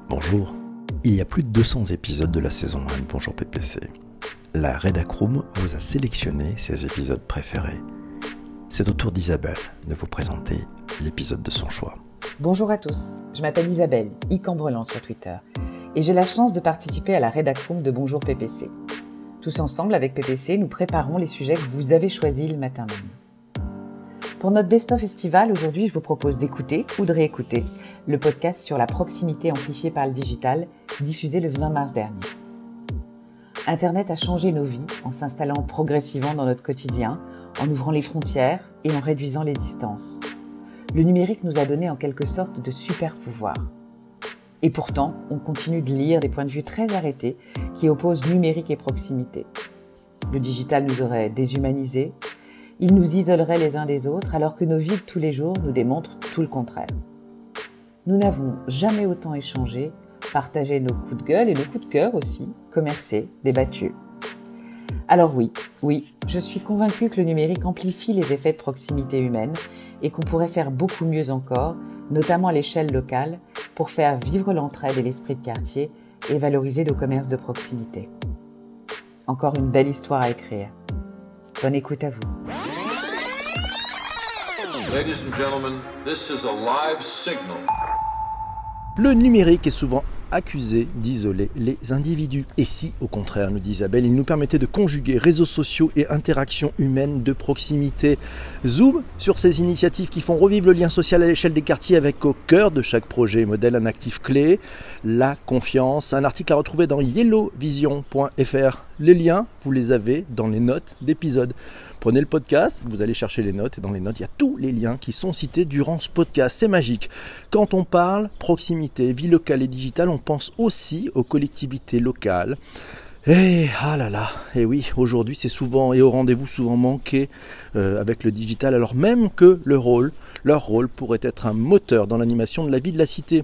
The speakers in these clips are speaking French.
Bonjour. Il y a plus de 200 épisodes de la saison 1 de Bonjour PPC. La Redacroom vous a sélectionné ses épisodes préférés. C'est au tour d'Isabelle de vous présenter l'épisode de son choix. Bonjour à tous, je m'appelle Isabelle, icambrelant sur Twitter, et j'ai la chance de participer à la Redacroom de Bonjour PPC. Tous ensemble, avec PPC, nous préparons les sujets que vous avez choisis le matin même. Pour notre best-of estival, aujourd'hui, je vous propose d'écouter ou de réécouter le podcast sur la proximité amplifiée par le digital, diffusé le 20 mars dernier. Internet a changé nos vies en s'installant progressivement dans notre quotidien, en ouvrant les frontières et en réduisant les distances. Le numérique nous a donné en quelque sorte de super pouvoirs. Et pourtant, on continue de lire des points de vue très arrêtés qui opposent numérique et proximité. Le digital nous aurait déshumanisés, il nous isolerait les uns des autres alors que nos vies de tous les jours nous démontrent tout le contraire. Nous n'avons jamais autant échangé, partagé nos coups de gueule et nos coups de cœur aussi, commercé, débattu. Alors oui, je suis convaincue que le numérique amplifie les effets de proximité humaine et qu'on pourrait faire beaucoup mieux encore, notamment à l'échelle locale, pour faire vivre l'entraide et l'esprit de quartier et valoriser nos commerces de proximité. Encore une belle histoire à écrire. Bonne écoute à vous. Ladies and gentlemen, this is a live signal. Le numérique est souvent accusé d'isoler les individus. Et si, au contraire, nous dit Isabelle, il nous permettait de conjuguer réseaux sociaux et interactions humaines de proximité. Zoom sur ces initiatives qui font revivre le lien social à l'échelle des quartiers avec au cœur de chaque projet et modèle un actif clé, la confiance. Un article à retrouver dans yellowvision.fr. Les liens, vous les avez dans les notes d'épisode. Prenez le podcast, vous allez chercher les notes et dans les notes, il y a tous les liens qui sont cités durant ce podcast. C'est magique. Quand on parle proximité, vie locale et digitale, on pense aussi aux collectivités locales. Et oui, aujourd'hui c'est souvent et au rendez-vous souvent manqué avec le digital, alors même que leur rôle pourrait être un moteur dans l'animation de la vie de la cité.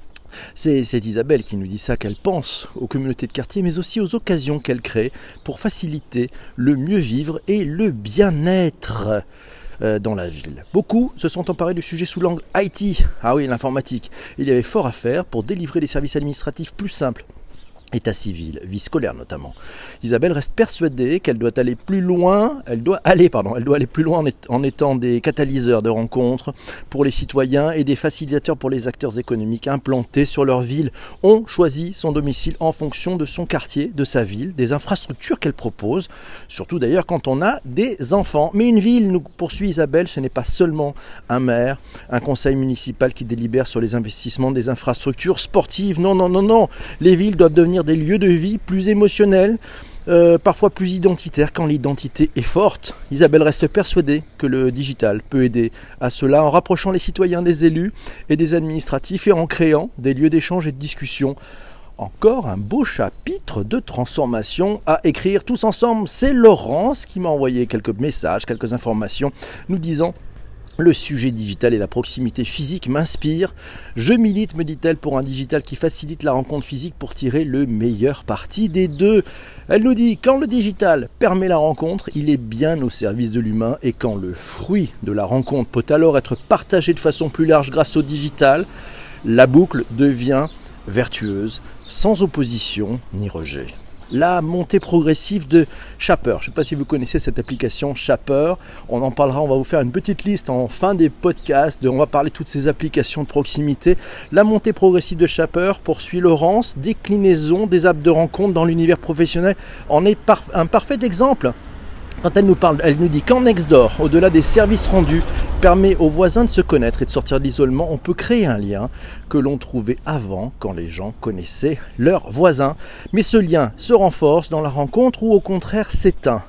C'est Isabelle qui nous dit ça, qu'elle pense aux communautés de quartier, mais aussi aux occasions qu'elle crée pour faciliter le mieux vivre et le bien-être dans la ville. Beaucoup se sont emparés du sujet sous l'angle IT, l'informatique. Il y avait fort à faire pour délivrer des services administratifs plus simples. État civil, vie scolaire notamment. Isabelle reste persuadée qu'elle doit aller plus loin, elle doit aller plus loin en étant des catalyseurs de rencontres pour les citoyens et des facilitateurs pour les acteurs économiques implantés sur leur ville. On choisit son domicile en fonction de son quartier, de sa ville, des infrastructures qu'elle propose, surtout d'ailleurs quand on a des enfants. Mais une ville, nous poursuit Isabelle, ce n'est pas seulement un maire, un conseil municipal qui délibère sur les investissements des infrastructures sportives. Non. Les villes doivent devenir des lieux de vie plus émotionnels, parfois plus identitaires quand l'identité est forte. Isabelle reste persuadée que le digital peut aider à cela en rapprochant les citoyens des élus et des administratifs et en créant des lieux d'échange et de discussion. Encore un beau chapitre de transformation à écrire tous ensemble. C'est Laurence qui m'a envoyé quelques messages, quelques informations nous disant: le sujet digital et la proximité physique m'inspirent. Je milite, me dit-elle, pour un digital qui facilite la rencontre physique pour tirer le meilleur parti des deux. Elle nous dit: quand le digital permet la rencontre, il est bien au service de l'humain, et quand le fruit de la rencontre peut alors être partagé de façon plus large grâce au digital, la boucle devient vertueuse, sans opposition ni rejet. La montée progressive de Shapr. Je ne sais pas si vous connaissez cette application Shapr. On en parlera, on va vous faire une petite liste en fin des podcasts. On va parler de toutes ces applications de proximité. La montée progressive de Shapr poursuit Laurence. Déclinaison des apps de rencontre dans l'univers professionnel en est un parfait exemple. Quand elle nous parle, elle nous dit qu'en Nextdoor, au-delà des services rendus, permet aux voisins de se connaître et de sortir de l'isolement, on peut créer un lien que l'on trouvait avant quand les gens connaissaient leurs voisins. Mais ce lien se renforce dans la rencontre ou au contraire s'éteint.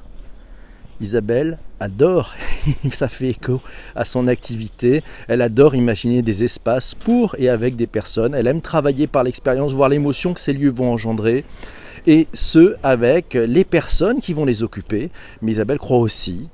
Isabelle adore, ça fait écho à son activité, elle adore imaginer des espaces pour et avec des personnes, elle aime travailler par l'expérience, voir l'émotion que ces lieux vont engendrer. Et ce, avec les personnes qui vont les occuper. Mais Isabelle croit aussi,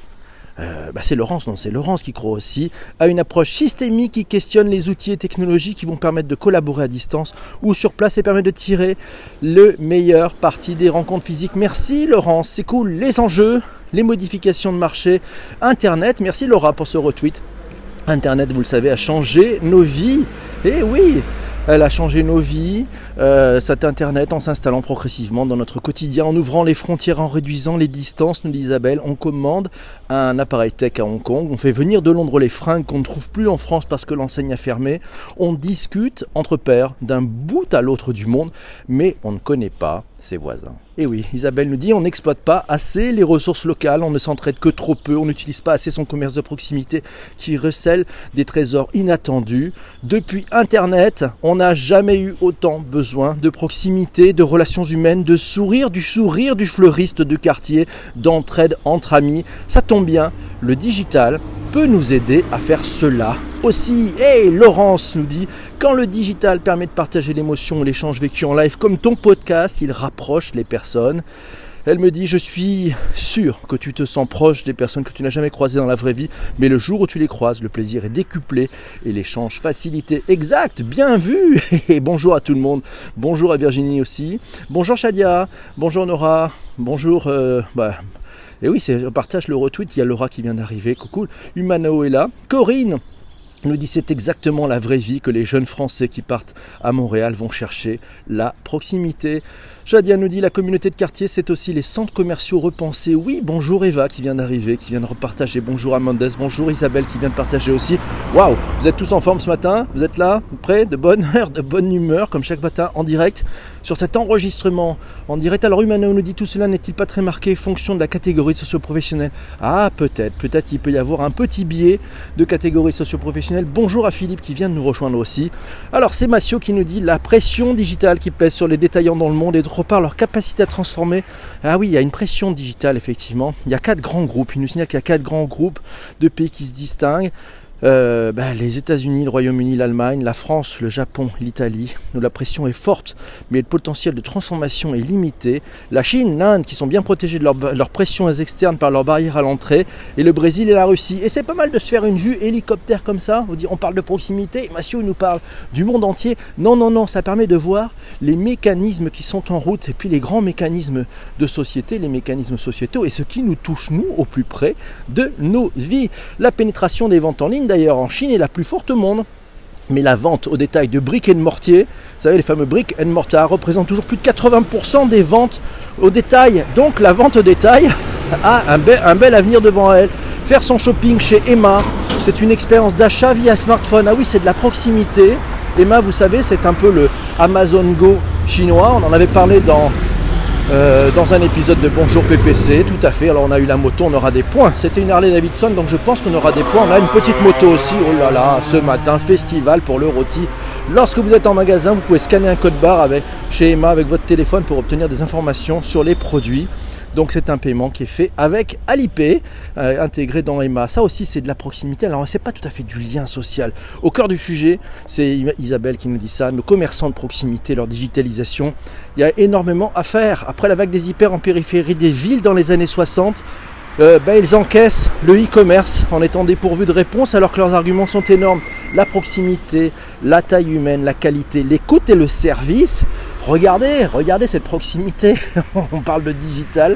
c'est Laurence qui croit aussi à une approche systémique qui questionne les outils et technologies qui vont permettre de collaborer à distance ou sur place et permettre de tirer le meilleur parti des rencontres physiques. Merci Laurence, c'est cool. Les enjeux, les modifications de marché, Internet. Merci Laura pour ce retweet. Internet, vous le savez, a changé nos vies. Et oui, Elle a changé nos vies, cet internet, en s'installant progressivement dans notre quotidien, en ouvrant les frontières, en réduisant les distances, nous dit Isabelle. On commande un appareil tech à Hong Kong, on fait venir de Londres les fringues qu'on ne trouve plus en France parce que l'enseigne a fermé. On discute entre pairs d'un bout à l'autre du monde, mais on ne connaît pas ses voisins. Et oui, Isabelle nous dit, on n'exploite pas assez les ressources locales, on ne s'entraide que trop peu, on n'utilise pas assez son commerce de proximité qui recèle des trésors inattendus. Depuis Internet, on n'a jamais eu autant besoin de proximité, de relations humaines, de sourire du fleuriste de quartier, d'entraide entre amis. Ça tombe bien, le digital peut nous aider à faire cela aussi. Hey, Laurence nous dit, quand le digital permet de partager l'émotion ou l'échange vécu en live comme ton podcast, il rapproche les personnes. Elle me dit, je suis sûr que tu te sens proche des personnes que tu n'as jamais croisées dans la vraie vie, mais le jour où tu les croises, le plaisir est décuplé et l'échange facilité. Exact, bien vu. Et bonjour à tout le monde, bonjour à Virginie aussi, bonjour Shadia, bonjour Nora, bonjour... Et oui, on partage le retweet, il y a Laura qui vient d'arriver, coucou, Humano est là, Corinne nous dit c'est exactement la vraie vie que les jeunes Français qui partent à Montréal vont chercher, la proximité. Jadia nous dit la communauté de quartier c'est aussi les centres commerciaux repensés. Oui, bonjour Eva qui vient d'arriver, qui vient de repartager. Bonjour Amandes, bonjour Isabelle qui vient de partager aussi. Waouh, vous êtes tous en forme ce matin, vous êtes là, prêts, de bonne heure, de bonne humeur, comme chaque matin en direct sur cet enregistrement en direct. Alors Humano nous dit tout cela n'est-il pas très marqué fonction de la catégorie socio-professionnelle? Ah peut-être il peut y avoir un petit biais de catégorie socio-professionnelle. Bonjour à Philippe qui vient de nous rejoindre aussi. Alors c'est Massio qui nous dit la pression digitale qui pèse sur les détaillants dans le monde et d'autre part leur capacité à transformer. Ah oui, il y a une pression digitale effectivement. Il y a 4 grands groupes. Il nous signale qu'il y a 4 grands groupes de pays qui se distinguent. Les États-Unis, le Royaume-Uni, l'Allemagne, la France, le Japon, l'Italie. La pression est forte, mais le potentiel de transformation est limité. La Chine, l'Inde, qui sont bien protégés de leurs pressions externes par leurs barrières à l'entrée, et le Brésil et la Russie. Et c'est pas mal de se faire une vue hélicoptère comme ça. On parle de proximité, Mathieu nous parle du monde entier. Non, ça permet de voir les mécanismes qui sont en route, et puis les grands mécanismes de société, les mécanismes sociétaux, et ce qui nous touche, nous, au plus près de nos vies. La pénétration des ventes en ligne, d'ailleurs, en Chine est la plus forte au monde. Mais la vente au détail de briques et de mortier, vous savez, les fameux briques and mortar, représente toujours plus de 80% des ventes au détail. Donc la vente au détail a un bel avenir devant elle. Faire son shopping chez Emma, c'est une expérience d'achat via smartphone. Ah oui, c'est de la proximité. Emma, vous savez, c'est un peu le Amazon Go chinois. On en avait parlé dans un épisode de Bonjour PPC, tout à fait. Alors on a eu la moto, on aura des points. C'était une Harley Davidson, donc je pense qu'on aura des points. On a une petite moto aussi. Oh là là, ce matin, festival pour le rôti. Lorsque vous êtes en magasin, vous pouvez scanner un code barre chez Emma avec votre téléphone pour obtenir des informations sur les produits. Donc c'est un paiement qui est fait avec Alipay, intégré dans Emma. Ça aussi c'est de la proximité. Alors c'est pas tout à fait du lien social. Au cœur du sujet, c'est Isabelle qui nous dit ça, nos commerçants de proximité, leur digitalisation. Il y a énormément à faire. Après la vague des hyper en périphérie des villes dans les années 60, ils encaissent le e-commerce en étant dépourvus de réponse alors que leurs arguments sont énormes. La proximité, la taille humaine, la qualité, l'écoute et le service. Regardez cette proximité. On parle de digital.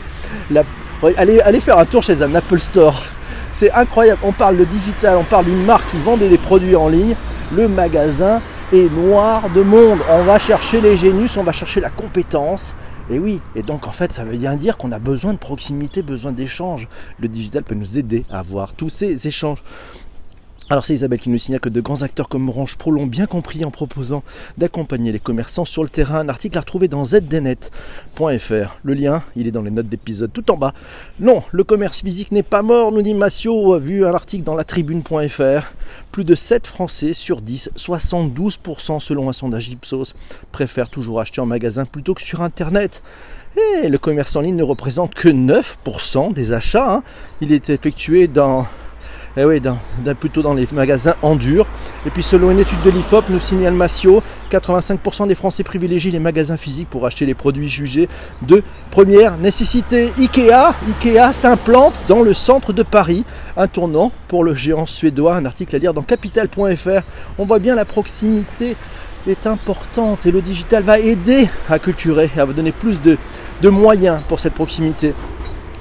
Allez faire un tour chez un Apple Store. C'est incroyable. On parle de digital, on parle d'une marque qui vend des produits en ligne. Le magasin est noir de monde. On va chercher les génius, on va chercher la compétence. Et oui, et donc en fait ça veut bien dire qu'on a besoin de proximité, besoin d'échanges. Le digital peut nous aider à avoir tous ces échanges. Alors c'est Isabelle qui nous signale que de grands acteurs comme Orange Pro l'ont bien compris en proposant d'accompagner les commerçants sur le terrain. Un article à retrouver dans zdnet.fr. Le lien, il est dans les notes d'épisode tout en bas. Non, le commerce physique n'est pas mort, nous dit Massio, vu un article dans latribune.fr. Plus de 7 Français sur 10, 72% selon un sondage Ipsos, préfèrent toujours acheter en magasin plutôt que sur Internet. Et le commerce en ligne ne représente que 9% des achats. Il est effectué plutôt dans les magasins en dur. Et puis selon une étude de l'IFOP, nous signale Massio, 85% des Français privilégient les magasins physiques pour acheter les produits jugés de première nécessité. Ikea s'implante dans le centre de Paris. Un tournant pour le géant suédois. Un article à lire dans capital.fr. On voit bien la proximité est importante et le digital va aider à culturer, à vous donner plus de moyens pour cette proximité.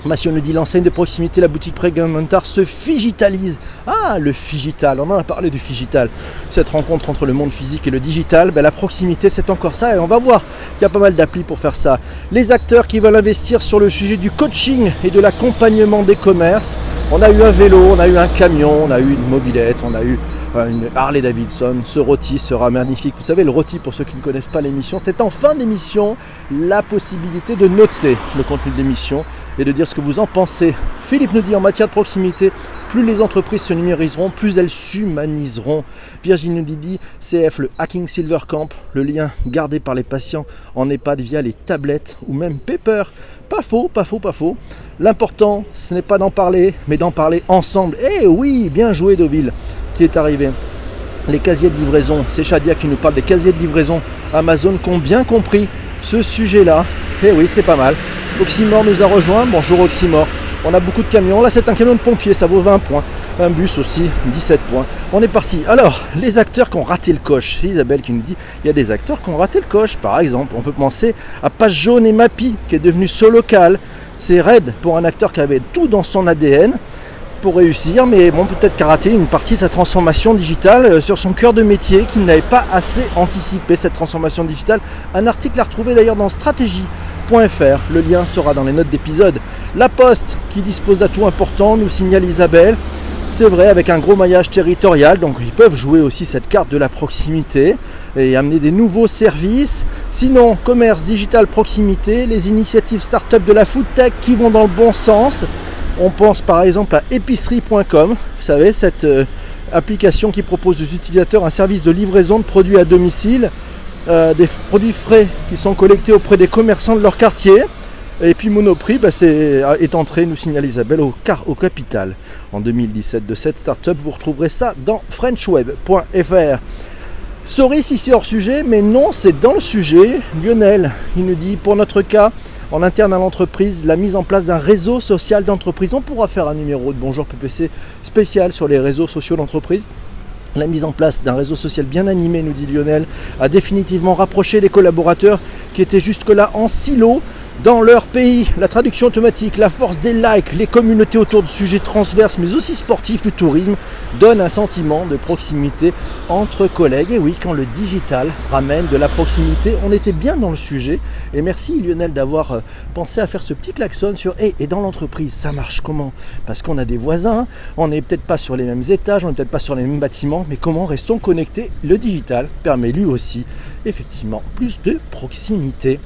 Mathieu nous dit l'enseigne de proximité, la boutique Prégamentard se figitalise. Ah, le figital, on en a parlé du figital. Cette rencontre entre le monde physique et le digital, la proximité c'est encore ça et on va voir qu'il y a pas mal d'applis pour faire ça. Les acteurs qui veulent investir sur le sujet du coaching et de l'accompagnement des commerces. On a eu un vélo, on a eu un camion, on a eu une mobilette, on a eu une Harley Davidson. Ce rôti sera magnifique. Vous savez, le rôti, pour ceux qui ne connaissent pas l'émission, c'est en fin d'émission la possibilité de noter le contenu de l'émission et de dire ce que vous en pensez. Philippe nous dit en matière de proximité, plus les entreprises se numériseront, plus elles s'humaniseront. Virginie nous dit CF, le Hacking Silver Camp, le lien gardé par les patients en EHPAD via les tablettes ou même Paper. Pas faux, pas faux, pas faux. L'important, ce n'est pas d'en parler, mais d'en parler ensemble. Eh oui, bien joué Deauville qui est arrivé. Les casiers de livraison, c'est Shadia qui nous parle des casiers de livraison Amazon qui ont bien compris ce sujet-là. Eh oui, c'est pas mal. Oxymore nous a rejoint. Bonjour Oxymore. On a beaucoup de camions. Là, c'est un camion de pompier, ça vaut 20 points. Un bus aussi, 17 points. On est parti. Alors, les acteurs qui ont raté le coche. C'est Isabelle qui nous dit il y a des acteurs qui ont raté le coche. Par exemple, on peut penser à Page Jaune et Mappy qui est devenu Solocal. C'est raide pour un acteur qui avait tout dans son ADN pour réussir, mais bon, peut-être qu'a raté une partie de sa transformation digitale sur son cœur de métier, qu'il n'avait pas assez anticipé cette transformation digitale. Un article à retrouver d'ailleurs dans stratégie.fr, le lien sera dans les notes d'épisode. La Poste qui dispose d'atouts importants, nous signale Isabelle, c'est vrai, avec un gros maillage territorial, donc ils peuvent jouer aussi cette carte de la proximité et amener des nouveaux services. Sinon, commerce digital proximité, les initiatives start-up de la food tech qui vont dans le bon sens. On pense par exemple à épicerie.com, vous savez, cette application qui propose aux utilisateurs un service de livraison de produits à domicile, des produits frais qui sont collectés auprès des commerçants de leur quartier. Et puis Monoprix est entré, nous signale Isabelle, au capital en 2017 de cette start-up. Vous retrouverez ça dans frenchweb.fr. Sorry si c'est hors sujet, mais non, c'est dans le sujet. Lionel, il nous dit, pour notre cas, en interne à l'entreprise, la mise en place d'un réseau social d'entreprise. On pourra faire un numéro de Bonjour PPC spécial sur les réseaux sociaux d'entreprise. La mise en place d'un réseau social bien animé, nous dit Lionel, a définitivement rapproché les collaborateurs qui étaient jusque-là en silo dans leur pays. La traduction automatique, la force des likes, les communautés autour de sujets transverses mais aussi sportifs du tourisme donnent un sentiment de proximité entre collègues. Et oui, quand le digital ramène de la proximité, on était bien dans le sujet. Et merci Lionel d'avoir pensé à faire ce petit klaxon sur et dans l'entreprise, ça marche comment? Parce qu'on a des voisins, on n'est peut-être pas sur les mêmes étages, on n'est peut-être pas sur les mêmes bâtiments, mais comment restons connectés? Le digital permet lui aussi effectivement plus de proximité.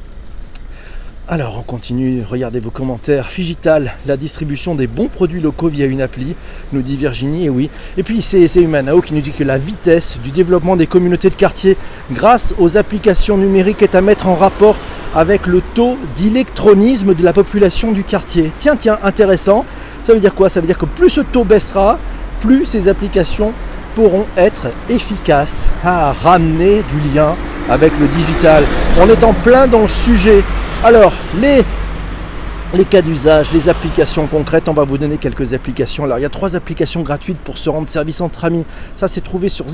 Alors on continue, regardez vos commentaires. Figital, la distribution des bons produits locaux via une appli, nous dit Virginie, et oui. Et puis c'est Humanao qui nous dit que la vitesse du développement des communautés de quartier grâce aux applications numériques est à mettre en rapport avec le taux d'électronisme de la population du quartier. Tiens, intéressant. Ça veut dire quoi? Ça veut dire que plus ce taux baissera, plus ces applications pourront être efficaces à ramener du lien avec le digital. On est en plein dans le sujet. Alors, les cas d'usage, les applications concrètes, on va vous donner quelques applications. Alors, il y a 3 applications gratuites pour se rendre service entre amis. Ça, c'est trouvé sur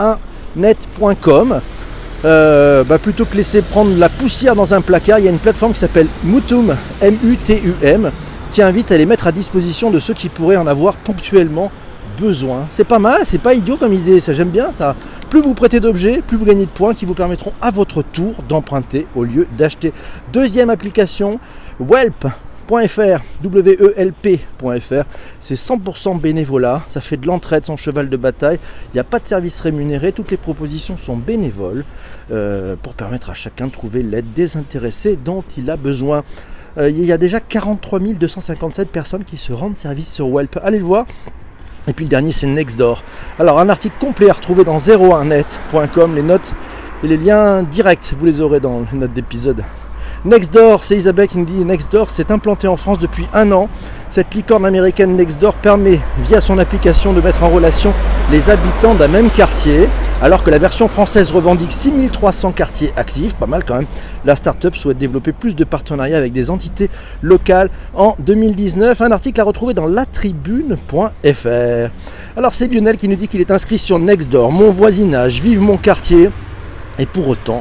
01net.com. Plutôt que laisser prendre la poussière dans un placard, il y a une plateforme qui s'appelle Mutum, M-U-T-U-M, qui invite à les mettre à disposition de ceux qui pourraient en avoir ponctuellement besoin. C'est pas mal, c'est pas idiot comme idée, ça j'aime bien ça. Plus vous prêtez d'objets, plus vous gagnez de points qui vous permettront à votre tour d'emprunter au lieu d'acheter. Deuxième application, Welp.fr, W-E-L-P.fr, c'est 100% bénévolat, ça fait de l'entraide, son cheval de bataille, il n'y a pas de service rémunéré, toutes les propositions sont bénévoles pour permettre à chacun de trouver l'aide désintéressée dont il a besoin. Il y a déjà 43 257 personnes qui se rendent service sur Welp, allez le voir. Et puis le dernier c'est Nextdoor. Alors un article complet à retrouver dans 01net.com, les notes et les liens directs, vous les aurez dans les notes d'épisode. Nextdoor, c'est Isabelle qui nous dit Nextdoor s'est implanté en France depuis 1 an. Cette licorne américaine Nextdoor permet via son application de mettre en relation les habitants d'un même quartier, alors que la version française revendique 6300 quartiers actifs, pas mal quand même. La start-up souhaite développer plus de partenariats avec des entités locales en 2019. Un article à retrouver dans latribune.fr. Alors c'est Lionel qui nous dit qu'il est inscrit sur Nextdoor, mon voisinage, vive mon quartier. Et pour autant,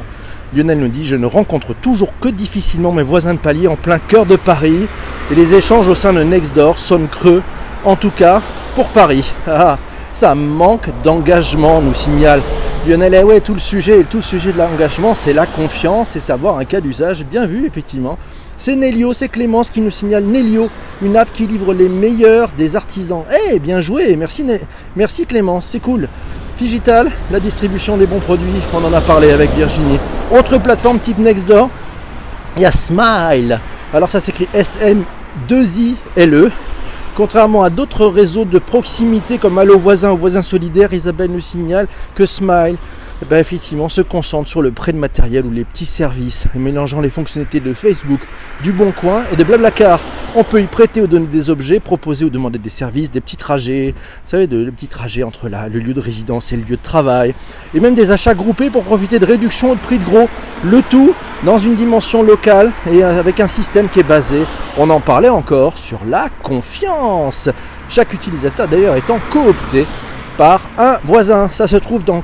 Lionel nous dit « Je ne rencontre toujours que difficilement mes voisins de palier en plein cœur de Paris et les échanges au sein de Nextdoor sonnent creux, en tout cas pour Paris. » Ça manque d'engagement, nous signale Lionel. Et ouais, tout le sujet de l'engagement, c'est la confiance et savoir un cas d'usage. Bien vu, effectivement. C'est Nélio, c'est Clémence qui nous signale Nélio, une app qui livre les meilleurs des artisans. Bien joué, merci Clémence, c'est cool. Figital, la distribution des bons produits, on en a parlé avec Virginie. Autre plateforme type Nextdoor, il y a Smile. Alors ça s'écrit S-M-2-I-L-E. Contrairement à d'autres réseaux de proximité comme Allo Voisin ou Voisin Solidaire, Isabelle nous signale que Smile effectivement se concentre sur le prêt de matériel ou les petits services, mélangeant les fonctionnalités de Facebook, du Bon Coin et de Blablacar. On peut y prêter ou donner des objets, proposer ou demander des services, des petits trajets, vous savez, des petits trajets entre le lieu de résidence et le lieu de travail, et même des achats groupés pour profiter de réductions ou de prix de gros. Le tout dans une dimension locale et avec un système qui est basé, on en parlait encore, sur la confiance. Chaque utilisateur d'ailleurs étant coopté par un voisin. Ça se trouve dans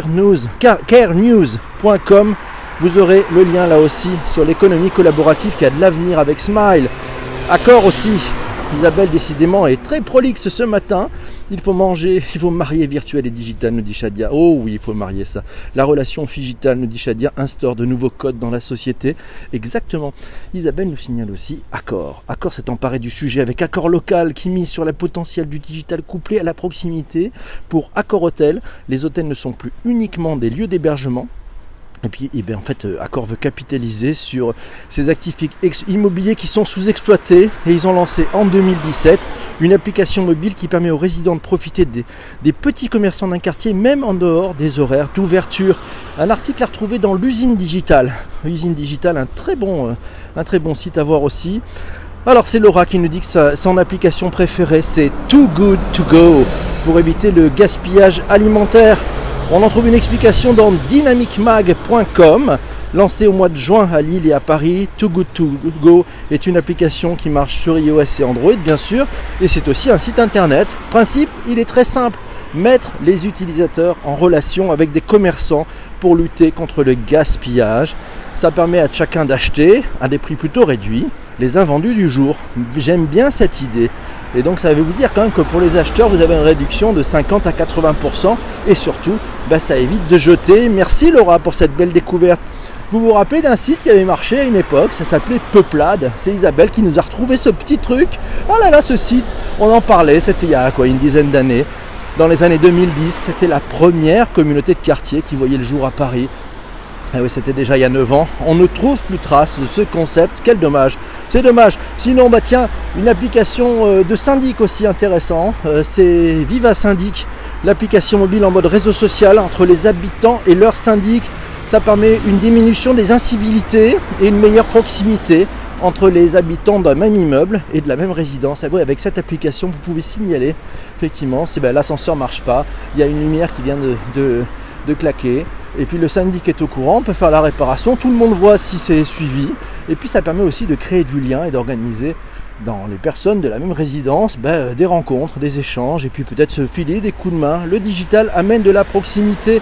carenews.com. Vous aurez le lien là aussi sur l'économie collaborative qui a de l'avenir avec Smile. Accor aussi. Isabelle décidément est très prolixe ce matin. Il faut manger, il faut marier virtuel et digital, nous dit Shadia. Oh oui, il faut marier ça. La relation digitale, nous dit Shadia, instaure de nouveaux codes dans la société. Exactement. Isabelle nous signale aussi Accor. Accor s'est emparé du sujet avec Accor Local qui mise sur la potentiel du digital couplé à la proximité. Pour Accor Hôtel, les hôtels ne sont plus uniquement des lieux d'hébergement. Et puis, en fait, Accor veut capitaliser sur ces actifs immobiliers qui sont sous-exploités. Et ils ont lancé en 2017 une application mobile qui permet aux résidents de profiter des petits commerçants d'un quartier, même en dehors des horaires d'ouverture. Un article à retrouver dans l'usine digitale. Usine digitale, un très bon site à voir aussi. Alors c'est Laura qui nous dit que son application préférée c'est Too Good To Go pour éviter le gaspillage alimentaire. On en trouve une explication dans dynamicmag.com. Lancée au mois de juin à Lille et à Paris, Too Good To Go est une application qui marche sur iOS et Android bien sûr. Et c'est aussi un site internet. Principe, il est très simple. Mettre les utilisateurs en relation avec des commerçants pour lutter contre le gaspillage. Ça permet à chacun d'acheter à des prix plutôt réduits les invendus du jour. J'aime bien cette idée. Et donc ça veut vous dire quand même que pour les acheteurs, vous avez une réduction de 50 à 80%. Et surtout, ça évite de jeter. Merci Laura pour cette belle découverte. Vous vous rappelez d'un site qui avait marché à une époque, ça s'appelait Peuplade. C'est Isabelle qui nous a retrouvé ce petit truc. Oh là là, ce site, on en parlait, c'était il y a une dizaine d'années. Dans les années 2010, c'était la première communauté de quartier qui voyait le jour à Paris. Ah oui, c'était déjà il y a 9 ans. On ne trouve plus trace de ce concept. Quel dommage. C'est dommage. Sinon, tiens, une application de syndic aussi intéressant. C'est Viva Syndic, l'application mobile en mode réseau social entre les habitants et leurs syndics. Ça permet une diminution des incivilités et une meilleure proximité entre les habitants d'un même immeuble et de la même résidence. Et oui, avec cette application, vous pouvez signaler, effectivement, si l'ascenseur ne marche pas, il y a une lumière qui vient de claquer. Et puis le syndic est au courant, on peut faire la réparation, tout le monde voit si c'est suivi. Et puis ça permet aussi de créer du lien et d'organiser dans les personnes de la même résidence des rencontres, des échanges et puis peut-être se filer des coups de main. Le digital amène de la proximité.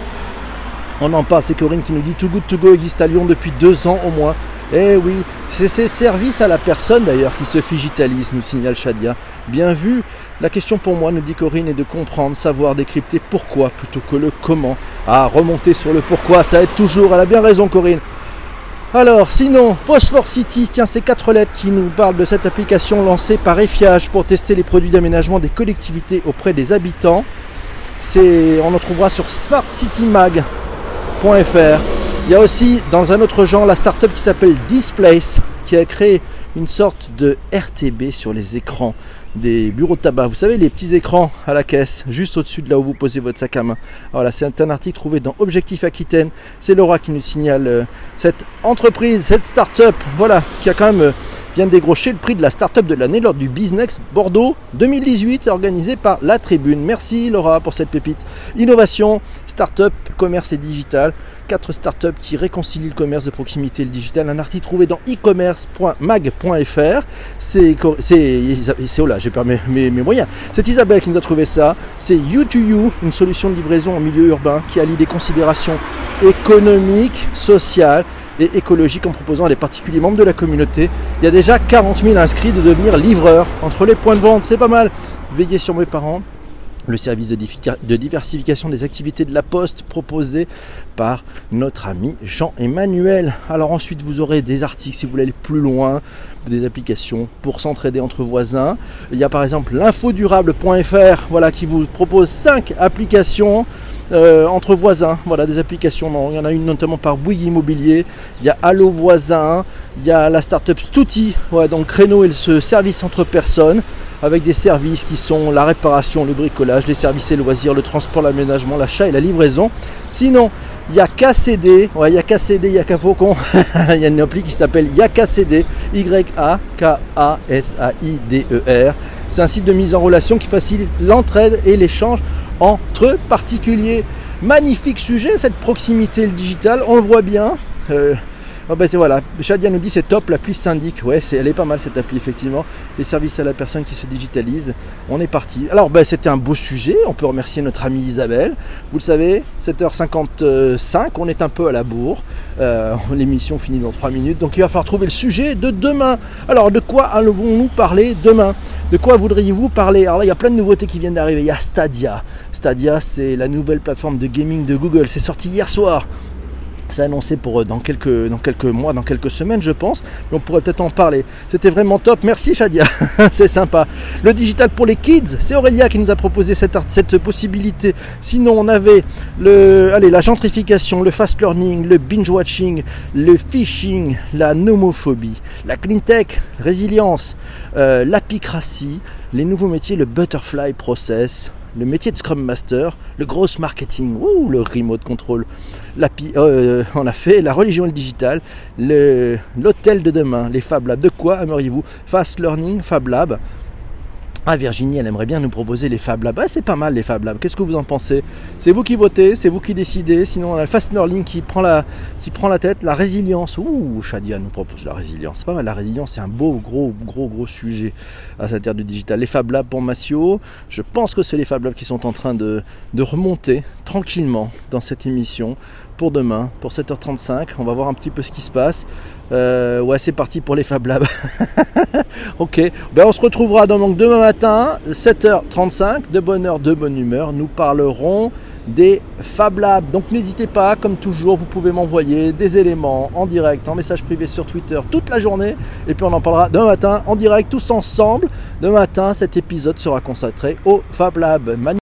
On en parle, c'est Corinne qui nous dit Too Good To Go existe à Lyon depuis 2 ans au moins. Eh oui, c'est ces services à la personne d'ailleurs qui se digitalisent, nous signale Shadia. Bien vu, la question pour moi, nous dit Corinne, est de comprendre, savoir, décrypter pourquoi plutôt que le comment. Ah, remonter sur le pourquoi, ça aide toujours, elle a bien raison Corinne. Alors, sinon, Phosphore City, tiens, c'est 4 lettres qui nous parlent de cette application lancée par Effiage pour tester les produits d'aménagement des collectivités auprès des habitants. On en trouvera sur smartcitymag.fr. Il y a aussi, dans un autre genre, la start-up qui s'appelle Displace, qui a créé une sorte de RTB sur les écrans des bureaux de tabac. Vous savez, les petits écrans à la caisse, juste au-dessus de là où vous posez votre sac à main. Voilà, c'est un article trouvé dans Objectif Aquitaine. C'est Laura qui nous signale cette entreprise, cette start-up, voilà, qui a quand même vient de décrocher le prix de la start-up de l'année lors du Business Bordeaux 2018, organisé par La Tribune. Merci Laura pour cette pépite. Innovation, start-up, commerce et digital. 4 startups qui réconcilient le commerce de proximité et le digital. Un article trouvé dans e-commerce.mag.fr. C'est oh là, j'ai perdu mes moyens. C'est Isabelle qui nous a trouvé ça. C'est You2You, une solution de livraison en milieu urbain qui allie des considérations économique, social et écologique en proposant à des particuliers membres de la communauté. Il y a déjà 40 000 inscrits de devenir livreurs entre les points de vente, c'est pas mal. Veillez sur mes parents. Le service de diversification des activités de la Poste proposé par notre ami Jean-Emmanuel. Alors ensuite vous aurez des articles si vous voulez aller plus loin, des applications pour s'entraider entre voisins. Il y a par exemple l'infodurable.fr qui vous propose 5 applications entre voisins, des applications. Il y en a une notamment par Bouygues Immobilier, il y a Allo Voisin, il y a la startup Stouti, donc créneau et ce service entre personnes, avec des services qui sont la réparation, le bricolage, les services et loisirs, le transport, l'aménagement, l'achat et la livraison. Sinon, il y a KCD, il y a KCD, il y a Kafocon, il y a une appli qui s'appelle YAKCD, YAKASAIDER. C'est un site de mise en relation qui facilite l'entraide et l'échange entre particuliers. Magnifique sujet, cette proximité, le digital, on le voit bien. Shadia nous dit c'est top, l'appli Syndic. Elle est pas mal cette appli, effectivement. Les services à la personne qui se digitalisent. On est parti. Alors c'était un beau sujet. On peut remercier notre amie Isabelle. Vous le savez, 7h55, on est un peu à la bourre. L'émission finit dans 3 minutes. Donc il va falloir trouver le sujet de demain. Alors de quoi allons-nous parler demain? De quoi voudriez-vous parler? Alors là, il y a plein de nouveautés qui viennent d'arriver. Il y a Stadia. Stadia, c'est la nouvelle plateforme de gaming de Google. C'est sorti hier soir. C'est annoncé pour dans quelques mois, dans quelques semaines je pense, mais on pourrait peut-être en parler. C'était vraiment top, merci Shadia, c'est sympa. Le digital pour les kids, c'est Aurélia qui nous a proposé cette possibilité. Sinon on avait la gentrification, le fast learning, le binge watching, le phishing, la nomophobie, la clean tech, résilience, l'apicratie, les nouveaux métiers, le butterfly process, le métier de Scrum Master, le gross marketing, le remote control, on a fait la religion et le digital, l'hôtel de demain, les Fab Labs. De quoi aimeriez-vous? Fast Learning, Fab Lab. Virginie, elle aimerait bien nous proposer les Fab Labs. C'est pas mal les Fab Labs. Qu'est-ce que vous en pensez? C'est vous qui votez, c'est vous qui décidez. Sinon, on a le Fast Learning qui prend la tête. La résilience. Shadia nous propose la résilience. C'est pas mal. La résilience, c'est un beau, gros sujet à cette ère du digital. Les Fab Labs pour Massio. Je pense que c'est les Fab Labs qui sont en train de remonter tranquillement dans cette émission pour demain, pour 7h35. On va voir un petit peu ce qui se passe. C'est parti pour les Fab Labs. Ok, on se retrouvera donc demain matin, 7h35, de bonne heure, de bonne humeur. Nous parlerons des Fab Labs. Donc n'hésitez pas, comme toujours, vous pouvez m'envoyer des éléments en direct, en message privé sur Twitter toute la journée. Et puis on en parlera demain matin en direct, tous ensemble. Demain matin, cet épisode sera consacré au Fab Lab.